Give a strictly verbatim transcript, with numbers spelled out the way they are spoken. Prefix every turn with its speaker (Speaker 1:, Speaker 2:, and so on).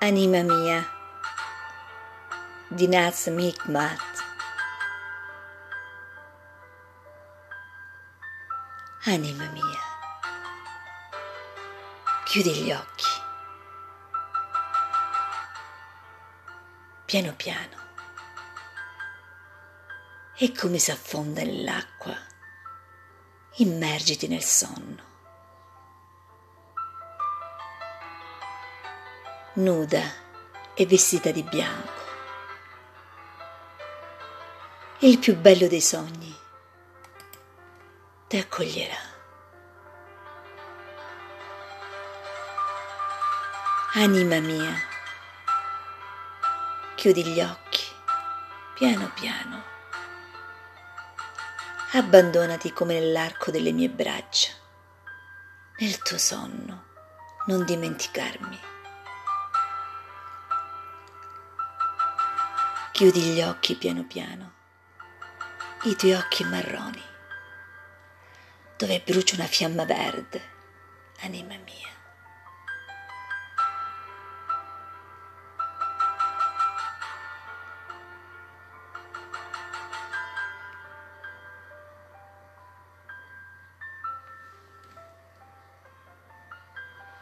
Speaker 1: Anima mia di Nazım Hikmat. Anima mia, chiudi gli occhi. Piano piano. E come si affonda nell'acqua, immergiti nel sonno. Nuda e vestita di bianco. Il più bello dei sogni ti accoglierà. Anima mia, chiudi gli occhi, piano piano. Abbandonati come nell'arco delle mie braccia. Nel tuo sonno non dimenticarmi. Chiudi gli occhi piano piano, i tuoi occhi marroni, dove brucia una fiamma verde, anima mia.